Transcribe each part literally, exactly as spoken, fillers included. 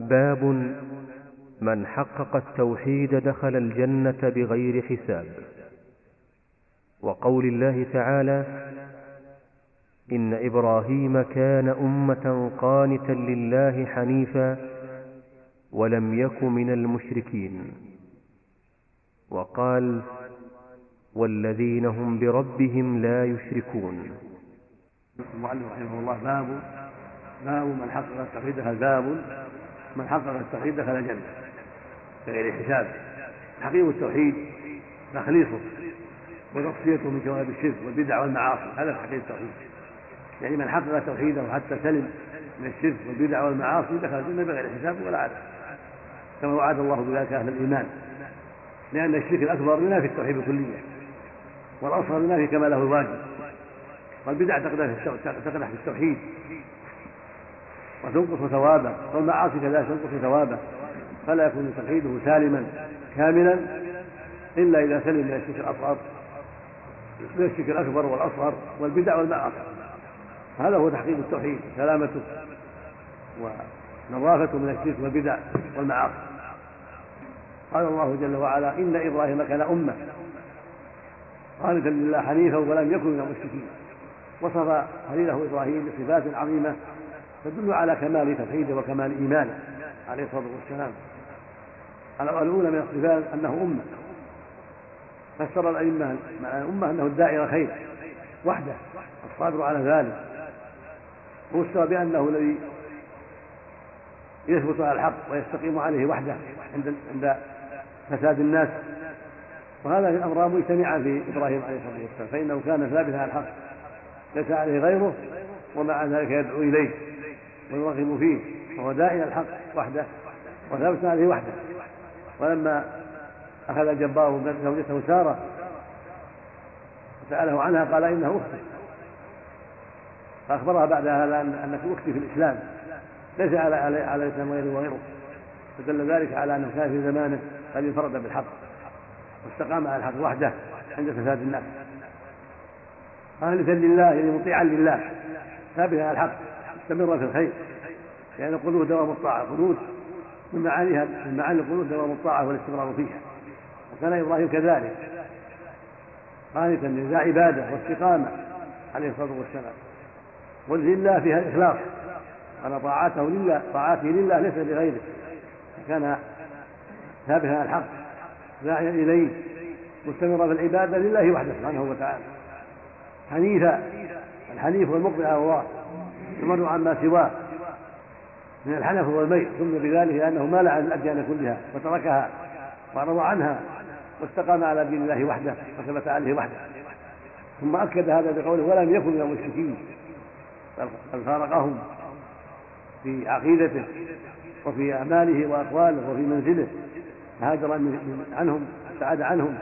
باب من حقق التوحيد دخل الجنة بغير حساب. وقول الله تعالى: إن إبراهيم كان أمة قانتا لله حنيفا ولم يك من المشركين. وقال: والذين هم بربهم لا يشركون. المؤلف رحمه الله باب باب من حقق التوحيد دخل باب من حقق التوحيد دخل الجنة بغير حساب. تحقيق التوحيد تخليصه وتصفيته من شوائب الشرك والبدع والمعاصي، هذا تحقيق التوحيد. يعني من حقق توحيده حتى سلم من الشرك والبدع والمعاصي دخل الجنة بغير حساب ولا عدد، كما وعد الله بذلك أهل الإيمان، لأن الشرك الأكبر ينافي التوحيد الكلية، والأصغر ينافي كماله الواجب، والبدع تقدح في التوحيد وتنقص ثوابه، والمعاصي كذلك تنقص ثوابه، فلا يكون توحيده سالما كاملا إلا إذا سلم من الشرك الأصغر من الشرك الأكبر والأصغر والبدع والمعاصي. هذا هو تحقيق التوحيد، سلامته ونظافته من الشرك والبدع والمعاصي. قال الله جل وعلا: إن إبراهيم كان أمة قانتا لله حنيفا ولم يكن من المشركين. وصف خليله إبراهيم بصفات عظيمة تدل على كمال توحيده وكمال إيمانه عليه الصلاة والسلام. الأولى من الصفات أنه أمة، فسر الأئمة معنى الأمة أنه الداعي إلى الخير وحده الصابر على ذلك، وفسر بأنه الذي يثبت على الحق ويستقيم عليه وحده عند عند فساد الناس. وهذا الأمر مجتمعا في إبراهيم عليه الصلاة والسلام، فإنه كان ثابتا على الحق ليس عليه غيره، ومع ذلك يدعو إليه ويرغب فيه، وهو داعي إلى الحق وحده وثابت عليه وحده. ولما أخذ الجبار زوجته سارة وسأله عنها قال: إنها أختي، فأخبرها بعد هذا أنك أختي في الإسلام ليس على على الإسلام غيره وغيره، فدل ذلك على أنه كان في زمانه قد انفرد بالحق واستقام على الحق وحده عند فساد الناس، خالصا لله يعني مطيعا لله ثابتا على الحق مستمرا في الخير، لأن يعني القنوت دوام الطاعة، القنوت من معانيها من معاني القنوت دوام الطاعة والاستمرار فيها. وكان إبراهيم كذلك خالصا لله عبادة واستقامة عليه الصلاة والسلام، ولله فيها الإخلاص، أن طاعته لله طاعته لله ليس لغيره، فكان ثابتا على الحق داعيا إليه مستمرا في العبادة لله وحده سبحانه وتعالى، حنيفا. الحنيف والمقبل على الله يمر عما سواه من الحنف والميل، ثم بذلك لأنه مال عن الأديان كلها وتركها وأعرض عنها واستقام على دين الله وحده وثبت عليه وحده. ثم أكد هذا بقوله: ولم يكن من المشركين، بل فارقهم في عقيدته وفي أعماله وأقواله وفي منزله، هاجر عنهم ابتعد عنهم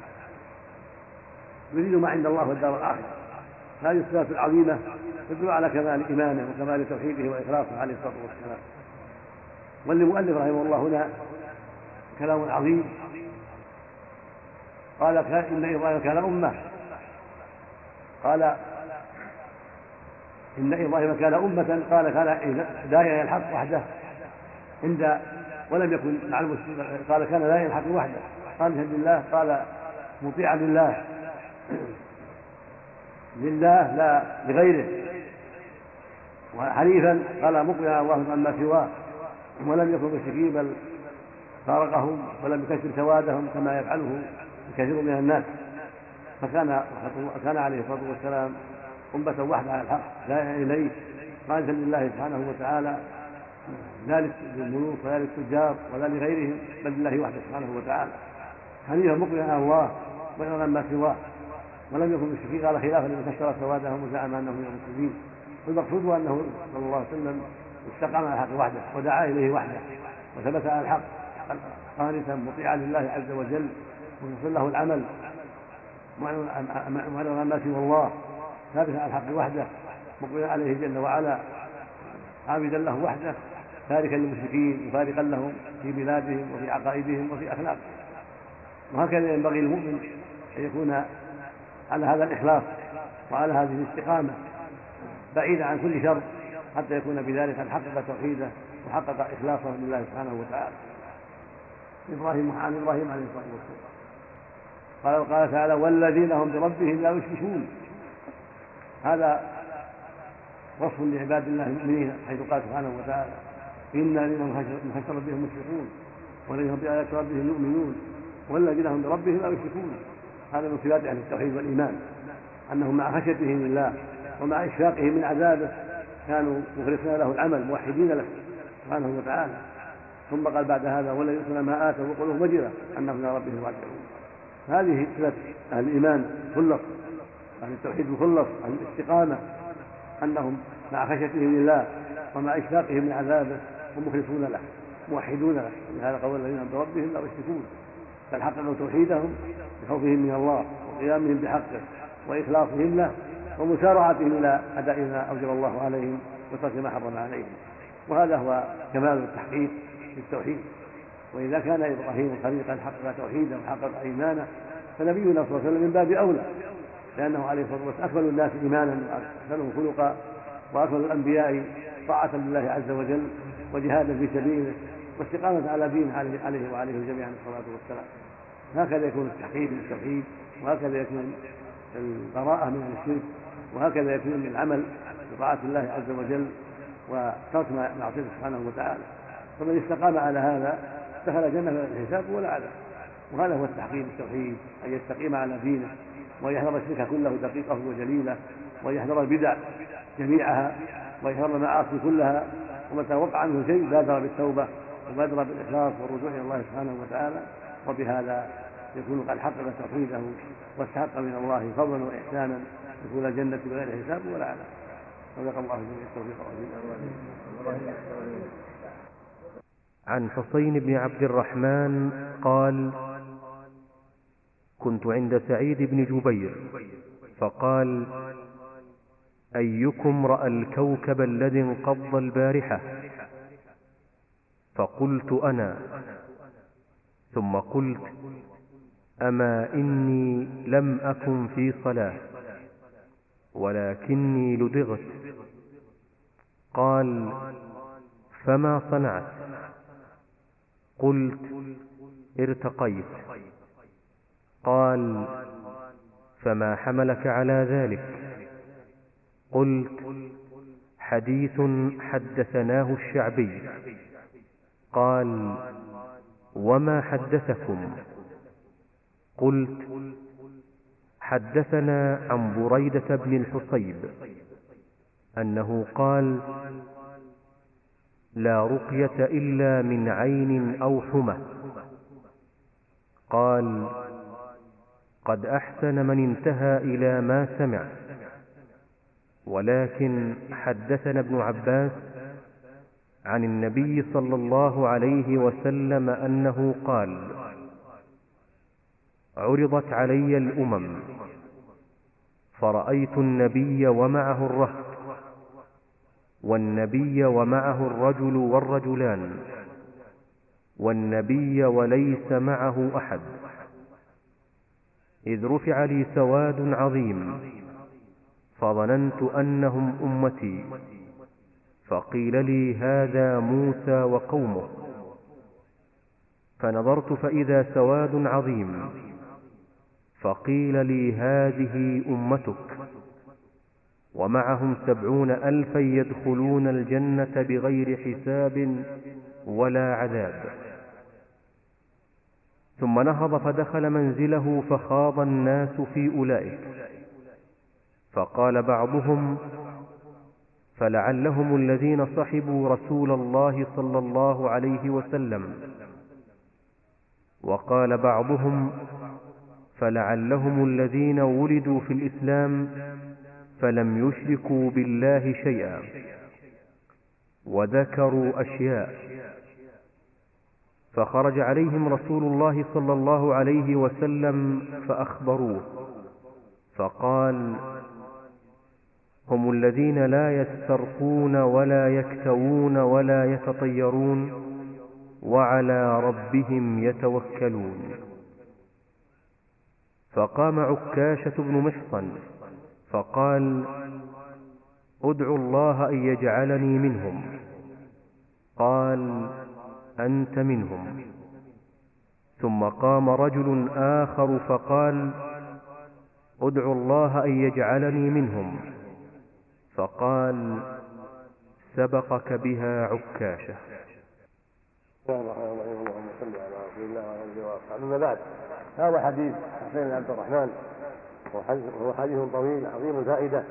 يريد ما عند الله والدار الآخرة. هذه الصفات العظيمة تدل على كمال إيمانه وكمال توحيده وإخلاصه عليه الصلاة والسلام. وللمؤلف رحمه الله هنا كلام عظيم، قال: إن إبراهيم كان أمة قال إن إبراهيم كان أمة قال كان داعيا إلى الحق وحده عند ولم يكن مع المسلمين، قال كان داعيا إلى الحق وحده قال لله، قال مطيعا لله لله لا لغيره، وحنيفا قال مقبلا على الله عما سواه، ولم يكن مشركين بل فارقهم ولم يكثر سوادهم كما يفعله كثير من الناس. فكان كان عليه الصلاة والسلام أمة وحده على الحق داعيا إليه قانتا لله سبحانه وتعالى، لا للملوك ولا للتجار ولا لغيرهم بل لله وحده سبحانه وتعالى، حنيفا مقبلا على الله وغير ما سواه، ولم يكن مشركين قال خلافا لمن كسر سوادهم وزعم انه من المسلمين. والمقصود انه صلى الله عليه وسلم استقام على الحق وحده ودعا اليه وحده وثبت على الحق قانتا مطيعا لله عز وجل ويصل له العمل معرضا ما سوى الله، ثابتا على الحق وحده مقبلا عليه جل وعلا، عابدا له وحده، تاركا للمشركين وفارقا لهم في بلادهم وفي عقائدهم وفي اخلاقهم. وهكذا ينبغي المؤمن ان يكون على هذا الإخلاص وعلى هذه الاستقامة بعيدا عن كل شر، حتى يكون بذلك قد حقق توحيده وحقق إخلاصه لله سبحانه وتعالى. إبراهيم عن إبراهيم عليه الصلاة والسلام قال قال تعالى والذين هم بربهم لا يشركون. هذا وصف لعباد الله المؤمنين حيث قال سبحانه وتعالى إنا لمن خشي ربهم مشركون والذين هم بآيات ربهم يؤمنون والذين هم بربهم لا يشركون. هذا من صفات أهل التوحيد والإيمان أنهم مع خشيتهم لله ومع إشفاقهم من عذابه كانوا مخلصين له العمل موحدين له سبحانه وتعالى. ثم قال بعد هذا والذين يؤتون ما آتوا وقلوبهم وجلة أنهم إلى ربهم راجعون. هذه صفة أهل الإيمان خلص، أهل التوحيد مخلص، أهل الاستقامة أنهم مع خشيتهم لله ومع إشفاقهم من عذابه ومخلصون له موحدون له. لهذا قول الذين هم بربهم لا يشركون، بل حققوا توحيدهم بخوفهم من الله وقيامهم بحقه وإخلاصهم له ومسارعتهم إلى أداء ما أوجب الله عليهم وترك ما حرم عليهم. وهذا هو كمال التحقيق في التوحيد. وإذا كان إبراهيم الخليل قد حقق توحيدا وحقق إيمانا فنبينا صلى الله عليه وسلم من باب أولى، لأنه عليه الصلاة والسلام أكمل الناس إيمانا وأحسنهم خلقا وأكمل الأنبياء طاعة لله عز وجل وجهادا في سبيله واستقامة على دينه عليه وعليه جميعا الصلاة والسلام. هكذا يكون التحقيق للتوحيد، وهكذا يكون البراءة من الشرك، وهكذا يكون العمل بطاعة الله عز وجل وترك معصيته سبحانه وتعالى. فمن استقام على هذا دخل جنة بلا حساب ولا عذاب. وهذا هو التحقيق بالتوحيد، أن يستقيم على دينه ويحذر الشرك كله دقيقه وجليله ويحذر البدع جميعها ويحذر المعاصي كلها. ومتى وقع منه شيء بادر بالتوبة وبادر بالإخلاص والرجوع إلى الله سبحانه وتعالى، وبهذا يكون قد حقق توحيده واستحق من الله فضلا وإحسانا دخول الجنة بغير حساب ولا عذاب. صدق الله جميع التوفيق والهدى. عن حسين بن عبد الرحمن قال كنت عند سعيد بن جبير فقال أيكم رأى الكوكب الذي انقض البارحة؟ فقلت أنا، ثم قلت أما إني لم أكن في صلاة ولكني لدغت. قال فما صنعت؟ قلت ارتقيت. قال فما حملك على ذلك؟ قلت حديث حدثناه الشعبي. قال وما حدثكم؟ قلت حدثنا عن بريدة بن الحصيب أنه قال لا رقية إلا من عين أو حمى. قال قد أحسن من انتهى إلى ما سمع. ولكن حدثنا ابن عباس عن النبي صلى الله عليه وسلم أنه قال عرضت علي الأمم فرأيت النبي ومعه الرهط والنبي ومعه الرجل والرجلان والنبي وليس معه أحد، إذ رفع لي سواد عظيم فظننت أنهم أمتي، فقيل لي هذا موسى وقومه، فنظرت فإذا سواد عظيم، فقيل لي هذه أمتك ومعهم سبعون ألفا يدخلون الجنة بغير حساب ولا عذاب. ثم نهض فدخل منزله فخاض الناس في أولئك، فقال بعضهم فلعلهم الذين صحبوا رسول الله صلى الله عليه وسلم، وقال بعضهم فلعلهم الذين ولدوا في الإسلام فلم يشركوا بالله شيئا، وذكروا أشياء. فخرج عليهم رسول الله صلى الله عليه وسلم فأخبروه، فقال هم الذين لا يسترقون ولا يكتوون ولا يتطيرون وعلى ربهم يتوكلون. فقام عكاشة بن محصن فقال ادعوا الله أن يجعلني منهم. قال: أنت منهم. ثم قام رجل آخر فقال: ادعو الله أن يجعلني منهم. فقال: سبقك بها عكاشة. اللهم صل على رسول الله وعلى اله وصحبه. أما بعد، هذا حديث حسين بن عبد الرحمن وهو حديث طويل عظيم الفائدة.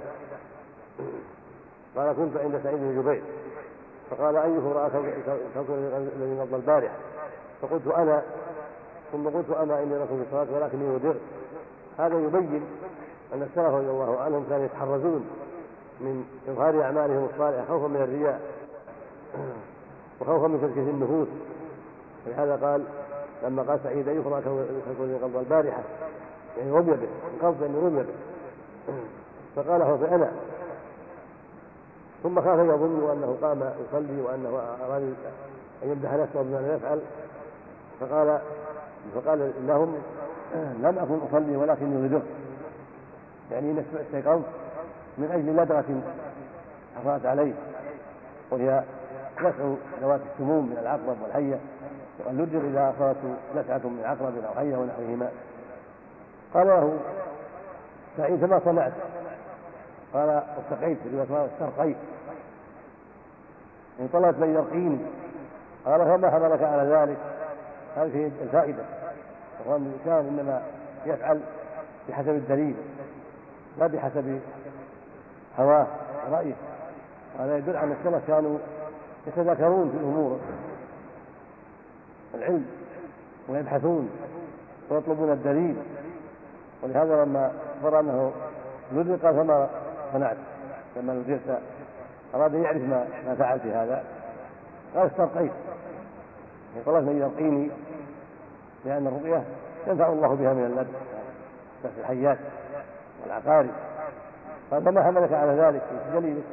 قال: كنت عند سعيد بن جبير فقال: أيه رأى كوكب الذي مضى البارحة؟ فقلت: أنا. ثم قلت: أما إني لكم بصلاة ولكني ودرت. هذا يبين أن السلف رضي الله عنهم كانوا يتحرزون من إظهار أعمالهم الصالحة خوفا من الرياء وخوفا من تزكية النفوس. ولهذا قال لما قال سعيد: أيه رأى كوكب الذي مضى البارحة، يعني رمي به، القصد أنه رمي به. فقال: هو فأنا. ثم خاف يظن أنه قام يصلي وأنه أراد أن يمدح نفسه بما لا يفعل، فقال فقال لهم: لم أكن أصلي ولكني غدرت، يعني إني استيقظت من أجل لدغة حصلت عليه، وهي لسع ذوات السموم من العقرب والحية، وقد لدغ إذا أصابته لسعة من عقرب أو حية ونحوهما. قال له سعيد: فما صنعت؟ قال: استقيت، استرقيت، إن طلبت من يرقيني. قال: فما حملك على ذلك؟ هذه الفائدة، وهو أن الإنسان إنما يفعل بحسب الدليل لا بحسب هواه ورأيه. هذا يدل على أن السلف كانوا يتذاكرون في الأمور العلم ويبحثون ويطلبون الدليل. ولهذا لما أخبر أنه لدغ قال: فما صنعت؟ لما لدغت أراد أن يعرف ما, ما فعل في هذا. قال: استرقيت، طلبت من يرقيني، لأن الرقية ينفع الله بها من اللد بس الحيات والعقارب. قال: فما حملك على ذلك؟ في دليلك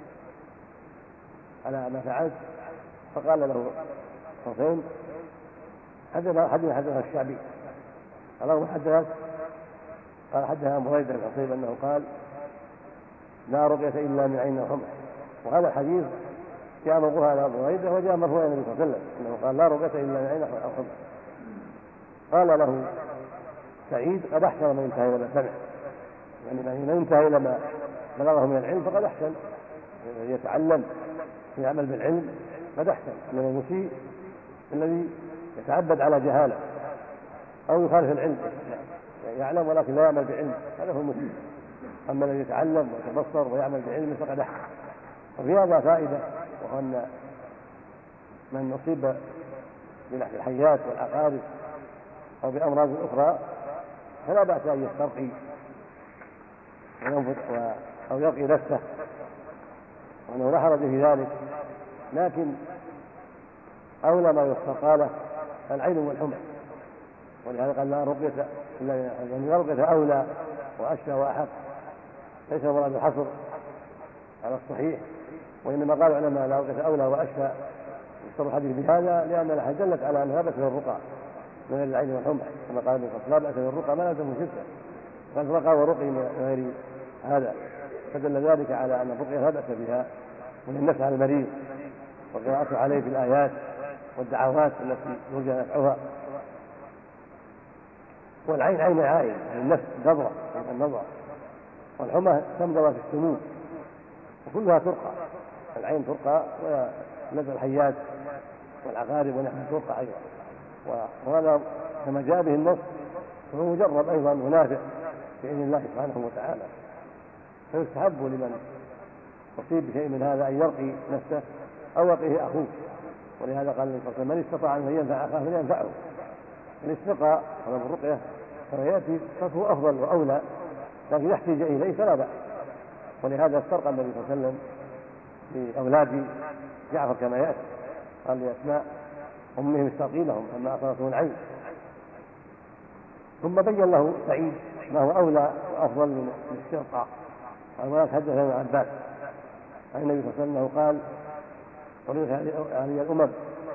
على ما فعلت؟ فقال له حسين: حدثنا حدثنا الشعبي. قال: ما حدثت؟ قال: حدثنا بريدة بن حصيب أنه قال: لا رقية إلا من عين الحمى. وهذا الحديث جاء موقوفا على بريدة وجاء مرفوعا النبي صلى الله عليه وسلم أنه قال: لا رقية إلا من عين الحمى. قال له سعيد: قد أحسن من انتهى إلى ما سمع، يعني من انتهى إلى ما بلغه من العلم فقد أحسن، يتعلم ويعمل بالعلم قد أحسن. إنما المسيء الذي يتعبد على جهالة أو يخالف العلم، يعلم ولكن لا يعمل بعلم، هذا هو المسيء. أما الذي يتعلم ويتبصر ويعمل بعلم فقد أحسن. وفي هذا فائدة، وهو أن من أصيب بنحو الحيات والعقارب أو بأمراض أخرى فلا بأس أن يسترقي أو يرقي نفسه، وأنه لا حرج في ذلك، لكن أولى ما يسترقى له العين والحمى. ولهذا قال: لا رقية إلا يعني لا رقية أولى وأشفى وأحق. ليس مراد الحصر على الصحيح، وإنما قال العلماء: لا رقية أولى وأشفى. يشترط الحديث بهذا لأن الحديث دلت على أن لا بأس بالرقى من غير العين والحمى، كما قال ابن قاسم: لا بأس بالرقى ما لا تكون شركا. قال: رقى ورقي من غير هذا، فدل ذلك على أن الرقية لا بأس بها، وهي النفع على المريض والقراءة عليه في الآيات والدعوات التي يرجى نفعها. والعين عين عائن، يعني النفس نظرة النظرة، والحمى تمضغ في السموم، وكلها ترقى. العين ترقى ولدى الحيات والعقارب ونحن ترقى أيضا. وهذا كما جاء به النص فهو مجرب أيضا ونافع بإذن الله سبحانه وتعالى. فيستحب لمن يصيب بشيء من هذا أن يرقي نفسه أو يرقيه أخوه. ولهذا قال النبي صلى الله عليه وسلم: من استطاع أن ينفع أخاه فلينفعه. الاستقاء طلب الرقية كما يأتي فهو أفضل وأولى، لكن يحتاج إليه فلا بأس. ولهذا استرقى النبي صلى الله عليه وسلم لأولاد جعفر كما يأتي، قال لأسماء أمهم استرقي لهم أما أصابتهم العين. ثم بين له سعيد ما هو أولى وأفضل من الاسترقاء. قال: حدثنا ابن عباس عن النبي صلى الله عليه وسلم قال: عرضت علي الأمم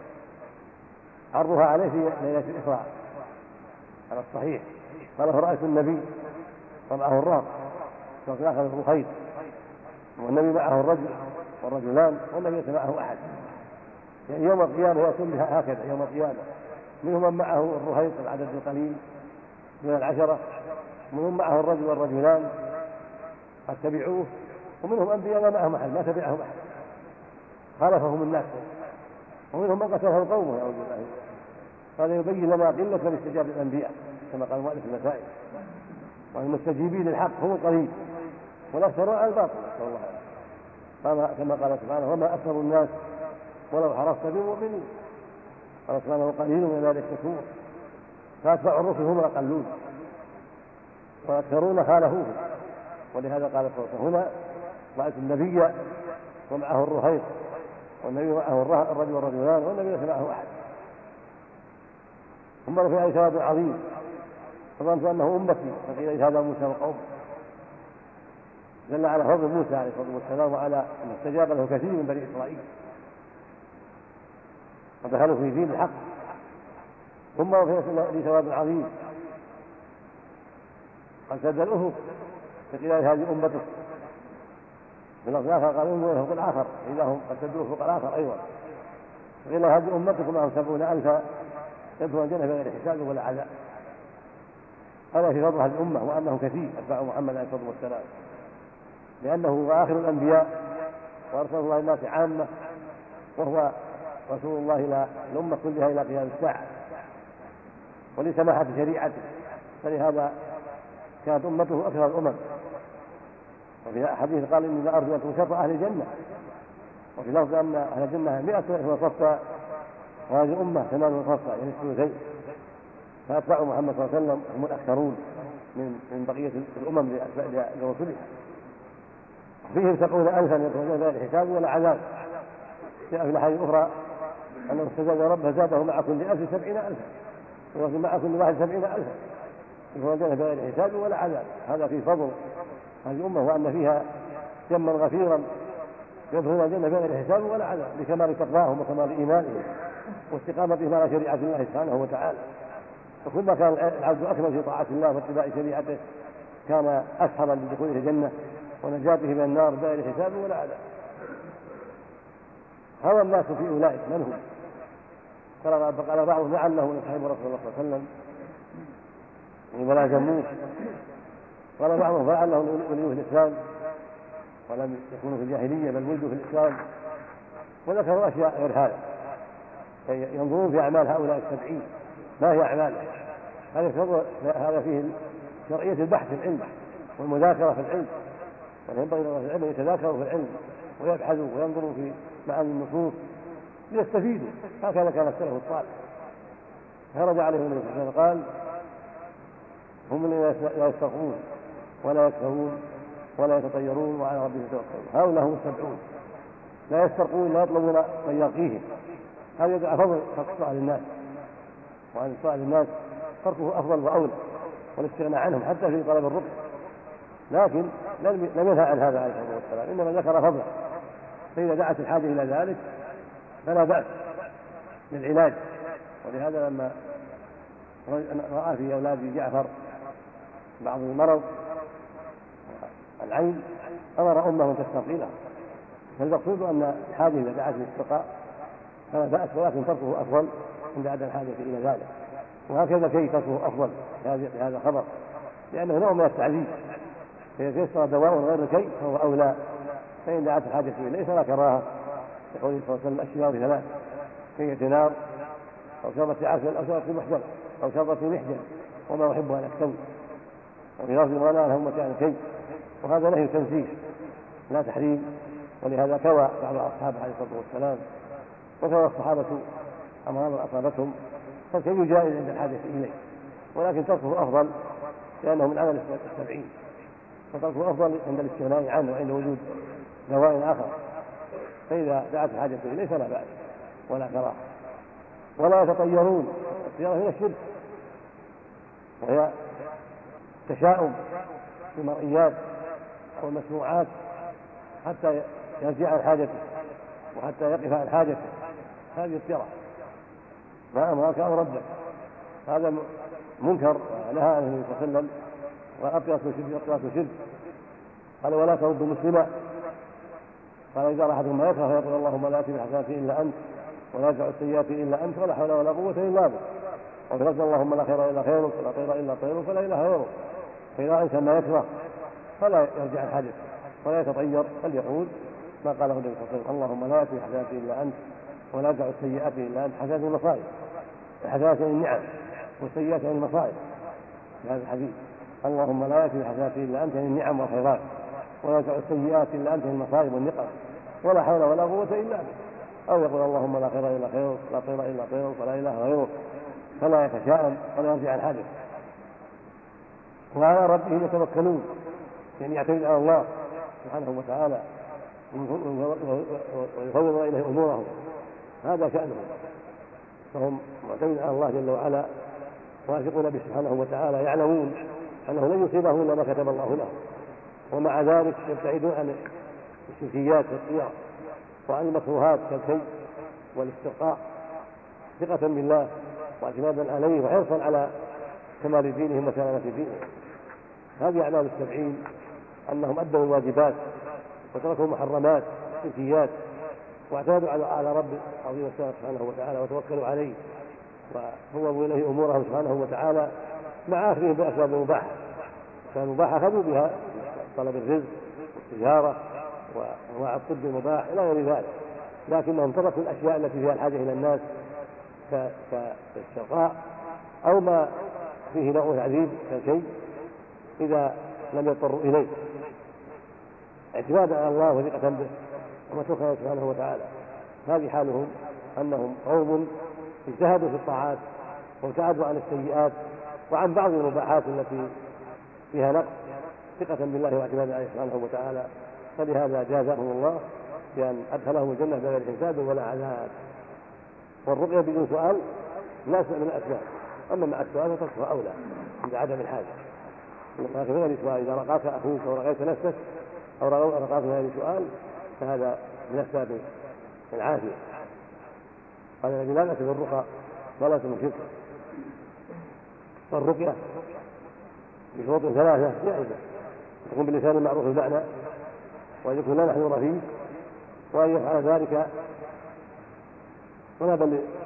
عرضها عليه في ليلة الإسراء على الصحيح. قال: فرأيت النبي ومعه الرهط وفي آخر الرخيط، والنبي معه الرجل والرجلان، والنبي ليس معه أحد، يعني يوم القيامة يأتون بها هكذا يوم القيامة، منهم من معه الرهيط العدد القليل من العشرة، ومنهم معه الرجل والرجلان قد تبعوه، ومنهم أنبياء ما معهم أحد ما تبعهم أحد خالفهم الناس، ومنهم من قتله قومه نعوذ بالله. هذا يبين لنا قلة من استجاب الأنبياء كما قال مؤلف المسائل، والمستجيبين للحق هم القليل والأكثرون على الباطل نسأل الله العافية، كما قال سبحانه وما أكثر الناس ولو حرصت بمؤمنين، قال سبحانه قليل من ذلك الشكور، فأتباع الرسل هم الأقلون والأكثرون خالفوه. ولهذا قال صلى الله عليه وسلم هنا رأيت النبي ومعه الرهيط، والنبي معه الرجل والرجلان، والنبي ليس معه أحد. ثم في أي ثواب عظيم، فظننت أنه أمتي، فقيل هذا موسى وقومه، دل على فضل موسى عليه الصلاة والسلام وعلى أن استجاب له كثير من بني إسرائيل ودخلوا في دين الحق. ثم في ثواب عظيم قد سد الأفق، فقيل هذه أمتك، من الآخر قالوا إنه الأفق الآخر إذا هم قد سدوا الأفق الآخر أيضا، فقيل هذه أمتك معهم سبعون ألفا يدخلون الجنة بغير حساب ولا عذاب. هذا في فضل هذه الأمة وأنه كثير أتباع محمد عليه الصلاة والسلام، لأنه هو آخر الأنبياء وأرسل الله الناس عامة، وهو رسول الله إلى الأمة كلها إلى قيام الساعة ولسماحة شريعته، فلهذا كانت أمته أكثر الأمم. وفي حديث قال إني لأرجو أن تشر أهل الجنة، وفي لفظ أن أهل الجنة مئة وإحدى صفا وهذه الأمة ثمان صفا يعني الثلثين، فأتباع محمد صلى الله عليه وسلم هم الأكثرون من من بقية الأمم لرسلها، فيهم سبعون ألفا يدخلون بغير حساب ولا عذاب. جاء في الأحاديث الأخرى أنه استزاد ربه زاده مع كل ألف سبعين ألفا، وفي مع كل واحد سبعين ألفا يدخلون الجنة بغير حساب ولا عذاب. هذا في فضل هذه الأمة وأن فيها جما غفيرا يدخلون الجنة بغير حساب ولا عذاب، لكمال تقواهم وكمال إيمانهم واستقامتهم على شريعة الله سبحانه وتعالى. وكلما كان العبد أكمل في طاعة الله واتباع شريعته كان أسهلا لدخوله الجنة ونجاته من النار بغير حساب ولا عذاب. هوى الناس في أولئك من هم؟ قال بعضهم لعله يصحب رسول الله صلى الله عليه وسلم ولا جموه، قال بعضهم فلعله وليوه الإسلام ولم يكونوا في الجاهلية بل ولدوا في الإسلام، وذكروا أشياء غير هذا ينظرون في أعمال هؤلاء السبعين ما هي أعمالهم. هذا فيه شرعية البحث في العلم والمذاكرة في العلم، وينبغي للناس العلم يتذاكروا في العلم ويبحثوا وينظروا في معاني النصوص ليستفيدوا. هكذا كان السلف الصالح. خرج عليهم النبي صلى الله عليه وسلم قال هم الذين لا يسترقون ولا يكفرون ولا يتطيرون وعلى ربهم يتوكلون، هؤلاء هم السبعون لا يسترقون لا يطلبون من يرقيهم. هذا يدعى فضل ترك سؤال الناس، وعن سؤال الناس تركه أفضل وأولى والاستغناء عنهم حتى في طلب الرقي، لكن لم ينهى عن هذا عليه الصلاة والسلام، إنما ذكر فضله. فإذا دعت الحاجة إلى ذلك فلا بأس للعلاج. ولهذا لما رأى في أولاد جعفر بعض المرض العين أمر أمه تسترقي له، فالمقصود أن الحاجة إذا دعت للاسترقاء فلا بأس، ولكن تركه أفضل عند عدم الحاجة إلى ذلك. وهكذا كي تركه أفضل لهذا الخبر، لأنه نوع من التعذيب، فإذا تيسر دواء غير الكي فهو أولى. فإن دعت الحاجة إليه فلا كراهة، يقول صلى الله عليه وسلم الشفاء بثلاث: كية نار أو شربة عسل أو شربة محجن أو شربة محجن وما أحب أن أكتوي. وفي لفظ المغنى لهم مكان الكي، وهذا نهي تنزيه لا تحريم. ولهذا كوى بعض أصحابه عليه الصلاة والسلام وكوى الصحابة أمراض أصابتهم، فالكي جائز عند الحاجة إليه، ولكن تركه أفضل لأنه من عمل السبعين، فتركه أفضل عند الاستغناء عنه وعند وجود دواء آخر. فإذا دعت الحاجة إليه فلا بأس ولا كراهة. ولا يتطيرون، الطيرة هي الشرك، وهي تشاؤم بالمرئيات أو المسموعات حتى يرجع عن حاجته وحتى يقف عن حاجته، هذه الطيرة ما أمرك أو ردك، هذا منكر نهى عنه النبي صلى الله عليه وسلم. والأطيرة شرك، الأطيرة شرك. قال ولا ترد مسلما، قال إذا رأى أحدهم ما يكره فيقول اللهم لا أتي بالحسنات إلا أنت ولا يدفع السيئات إلا أنت ولا حول ولا قوة إلا بك. وفي لفظ اللهم لا خير إلا خيرك ولا طير إلا طيرك ولا إله غيرك. فإذا أنسى ما يكره فلا يرجع الحدث ولا يتطير بل يقول ما قاله النبي صلى الله عليه وسلم: اللهم لا يأتي حسناتي إلا أنت ولا يدفع السيئات إلا أنت. حسنات المصائب، الحسنات النعم والسيئات المصائب في هذا الحديث. اللهم لا يأتي حسناتي إلا أنت النعم والخيرات ولا يدفع السيئات إلا أنت المصائب والنقم ولا حول ولا قوة إلا بك. أو يقول اللهم لا خير إلا خيرك لا طير إلا طيرك ولا إله غيرك، فلا يتشاءم ولا يرجع الحدث. وعلى ربهم يتوكلون، يعني يعتمد على الله سبحانه وتعالى ويفوض إليه أمورهم، هذا شأنهم. فهم معتمدون على الله جل وعلا واثقون به سبحانه وتعالى، يعلمون أنه لن يصيبه إلا ما كتب الله له، ومع ذلك يبتعدون عن الشركيات والطيار وعن المكروهات كالكي والاسترقاء، ثقة بالله واعتمادا عليه وحرصا على كمال دينهم وسلامة دينهم. هذه أعمال السبعين، أنهم أدوا الواجبات وتركوا المحرمات والشركيات واعتمدوا على رب عظيم السماء سبحانه وتعالى وتوكلوا عليه وفوضوا إليه أمورهم سبحانه وتعالى، مع أخذهم بأسباب المباحة. فالمباحة أخذوا بها طلب الرزق والتجارة وأنواع الطب المباح إلى غير ذلك، لكنهم تركوا الأشياء التي فيها الحاجة إلى الناس كالشقاء أو ما فيه نوع تعذيب كالشيء إذا لم يضطروا إليه، اعتمادا على الله وثقة به ومتوكلا سبحانه وتعالى. هذه حالهم، أنهم قوم اجتهدوا في الطاعات وابتعدوا عن السيئات وعن بعض المباحات التي فيها نقص، ثقة بالله واعتمادا عليه سبحانه وتعالى. فلهذا جازاهم الله بأن أدخلهم الجنة بغير حساب ولا عذاب. والرقية بدون سؤال لا من الأسباب، أما مع السؤال فتركها أولى عند عدم الحاجة. لكن غير سؤال، إذا رقاك أخوك أو رقيت نفسك أو رقاك غير سؤال فهذا من أسباب العافية. قال الذي لا بأس بالرقى ولا من شرك. والرقية بشروط ثلاثة جائزة: تكون باللسان المعروف المعنى، وأن يكون لا محذور فيه، وأن يفعل ذلك طلبا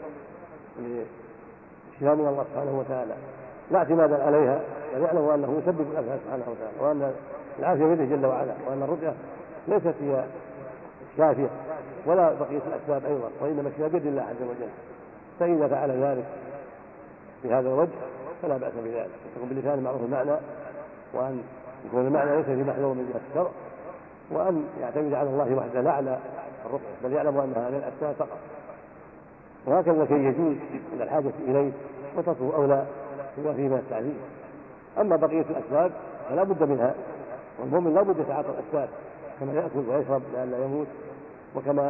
للشفاء من الله سبحانه وتعالى لا اعتمادا عليها، بل يعلم أنه يسبب الأسباب سبحانه وتعالى، وأن العافية بيده جل وعلا، وأن الرقية ليست هي شافية ولا بقية الأسباب أيضا، وإنما الشفاء بيد الله عز وجل. فإذا فعل ذلك بهذا الوجه فلا بأس بذلك، يكون باللسان المعروف المعنى، وأن يكون المعنى ليس في محذور من جهة الشرع، وأن يعتمد على الله وحده لا على الرقية، بل يعلم أنها من الأسباب فقط. وهكذا كي يجوز عند الحاجة إليه وتركه أولى هو فيه من التعذيب. أما بقية الأسباب فلا بد منها، والمؤمن لا بد يتعاطى الأسباب كما يأكل ويشرب لئلا يموت، وكما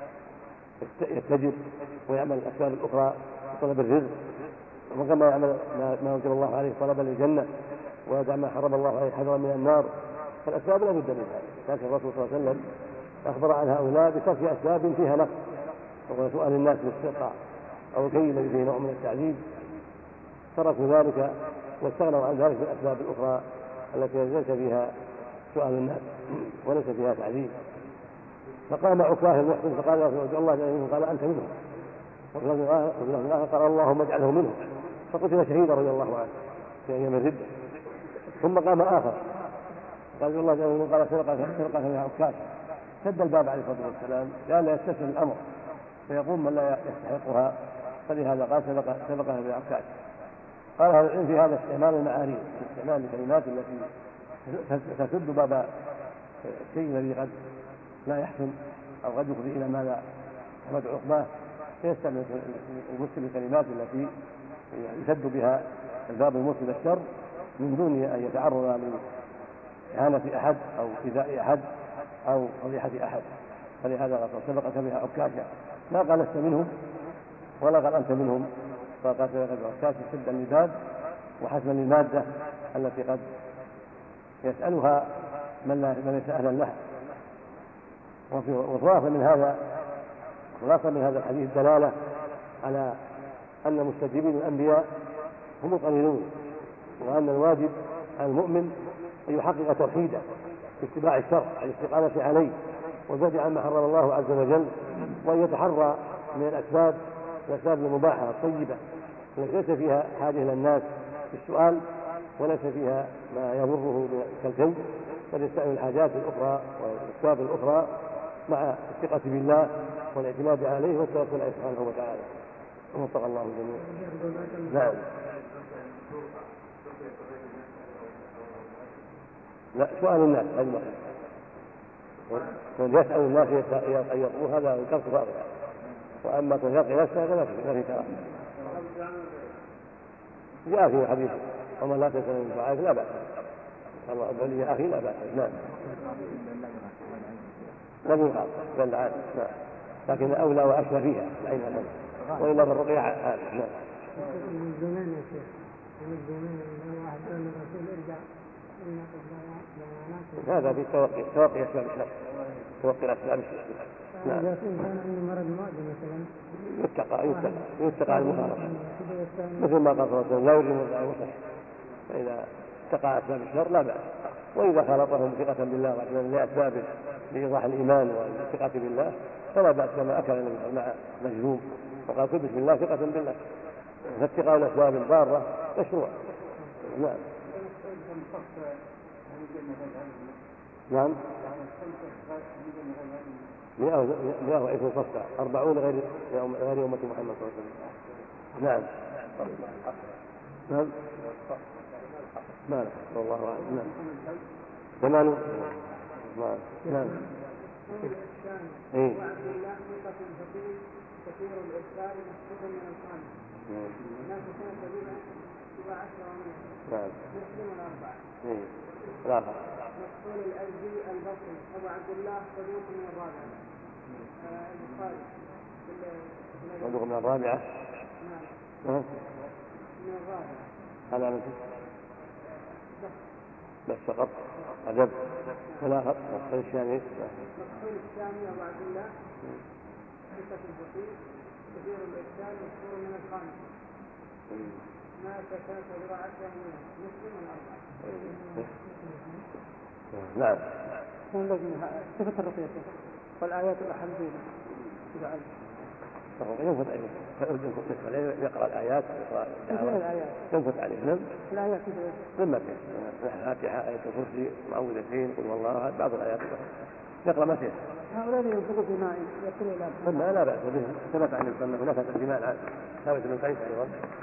يتجر ويعمل الأسباب الأخرى طلب الرزق، وكما يعمل ما أوجب الله عليه طلبا للجنة ويدع ما حرم الله عليه حذرا من النار. فالأسباب لا بد منها، لكن الرسول صلى الله عليه وسلم أخبر عن هؤلاء بترك أسباب فيها نقص، وهو سؤال الناس بالاسترقاء أو الكي الذي فيه نوع من التعذيب، تركوا ذلك واستغنوا عن ذلك بالأسباب الأخرى التي ليس فيها سؤال الناس وليس فيها تعذيب. فقام عكاه المحسن فقال يا رسول الله جل، قال أنت منهم. وفي الله قال اللهم اجعله منهم، فقتل شهيدا رضي الله عنه في أيام الردة. ثم قام آخر قال الله جل قال سرقة سرقة عكاش، سد الباب عليه الصلاة والسلام، قال لا يستسلم الأمر فيقوم من لا يستحقها، فلهذا قال سبقها بعكاش. قال هذا العلم في هذا استعمال المعاريف، استعمال الكلمات التي تسد باب الشيء الذي قد لا يحسن أو قد يفضي إلى ما لا يحمد عقباه، فيستعمل المسلم الكلمات التي يسد بها الباب الموصل الشر من دون أن يتعرض لإهانة أحد أو إيذاء أحد أو فضيحة أحد. فلهذا قال سبقك بها عكاشا، ما قال لست منهم ولا قال أنت منهم، فقال سبقك بعكاشا سدا للباب وحسما للمادة التي قد يسألها من ليس أهلا لها. وخلاصة من هذا خلاصة من هذا الحديث دلالة على أن مستجيبين الأنبياء هم القليلون، وأن الواجب على المؤمن أن يحقق توحيده باتباع الشرع الاستقامة عليه والبعد عما حرم الله عز وجل، وأن يتحرى من الأسباب الأسباب المباحة الطيبة التي ليس فيها حاجة إلى الناس في السؤال وليس فيها ما يضره كالجنب، بل يستعمل الحاجات الأخرى والأسباب الأخرى مع الثقة بالله والاعتماد عليه والتوكل عليه سبحانه وتعالى. وفق الله الجميع. نعم. لا، سؤال الناس هذا كون يسأل الناس يطيروه هذا الكرك فاضح، وأما كون يلقي نفسه فلا في كلام. جاء في حديث ومن لا تسأل من دعائك لا بأس، الله أقول يا أخي لا بأس. نعم. لم يقال بل عاد. نعم. لكن أولى وأشفى فيها العين الأمر، وإلا بالرقية عاد. نعم. من زمان يا شيخ، من زمان إن واحد قال الرسول ارجع إن هذا في توقي توقي أسباب الشر، توقي أسباب الشر. نعم. إذا كان عنده مرض معدي مثلا يتقى يتقى يتقى المخالطة، مثل ما قال صلى الله عليه وسلم لا يرجم الدعاء وصح، فإذا اتقى أسباب الشر لا بأس. وإذا خالطهم ثقة بالله واعتمادا لأسبابه لإيضاح الإيمان والثقة بالله فلا بأس، كما أكل النبي مع مجذوم وقال كل بسم الله ثقة بالله، فاتقاء الأسباب الضارة مشروع. نعم. نعم. مئة وعشرين صفحة أربعون غير يوم غير أمة محمد صلى الله عليه وسلم. نعم. نعم. مالك والله أعلم. نعم. ثمان. نعم. إيه. كثير الإرسال مسجد من الخامس. الناس كانت قليلا سبع عشر ومئة. نعم. مسلم الأربعة. إيه. الآخر. مقتول الأزدي البصري أبو عبد الله صدوق من الرابعة. البخاري. صدوق من الرابعة. نعم. من الرابعة. هذا من بس فقط عجب. والآخر مقتول الشامي. مقتول الشامي أبو عبد الله. ثقة البصير كثير الإرسال مشهور من الخامس. ما كانت ذراعة من مسلم الأربعة. نعم. صفة الرقية والآيات الأحاديث ينفت عليه يقرأ الآيات ينفت عليه. نعم. الآيات لما فيه الفاتحة آية الكرسي معوذتين قل والله بعض الآيات يقرأ ما فيه. هؤلاء ينفقوا في ماء يقول لا لا بأس به، ثبت عن السنة هناك دماء ثابت من قيس أيضا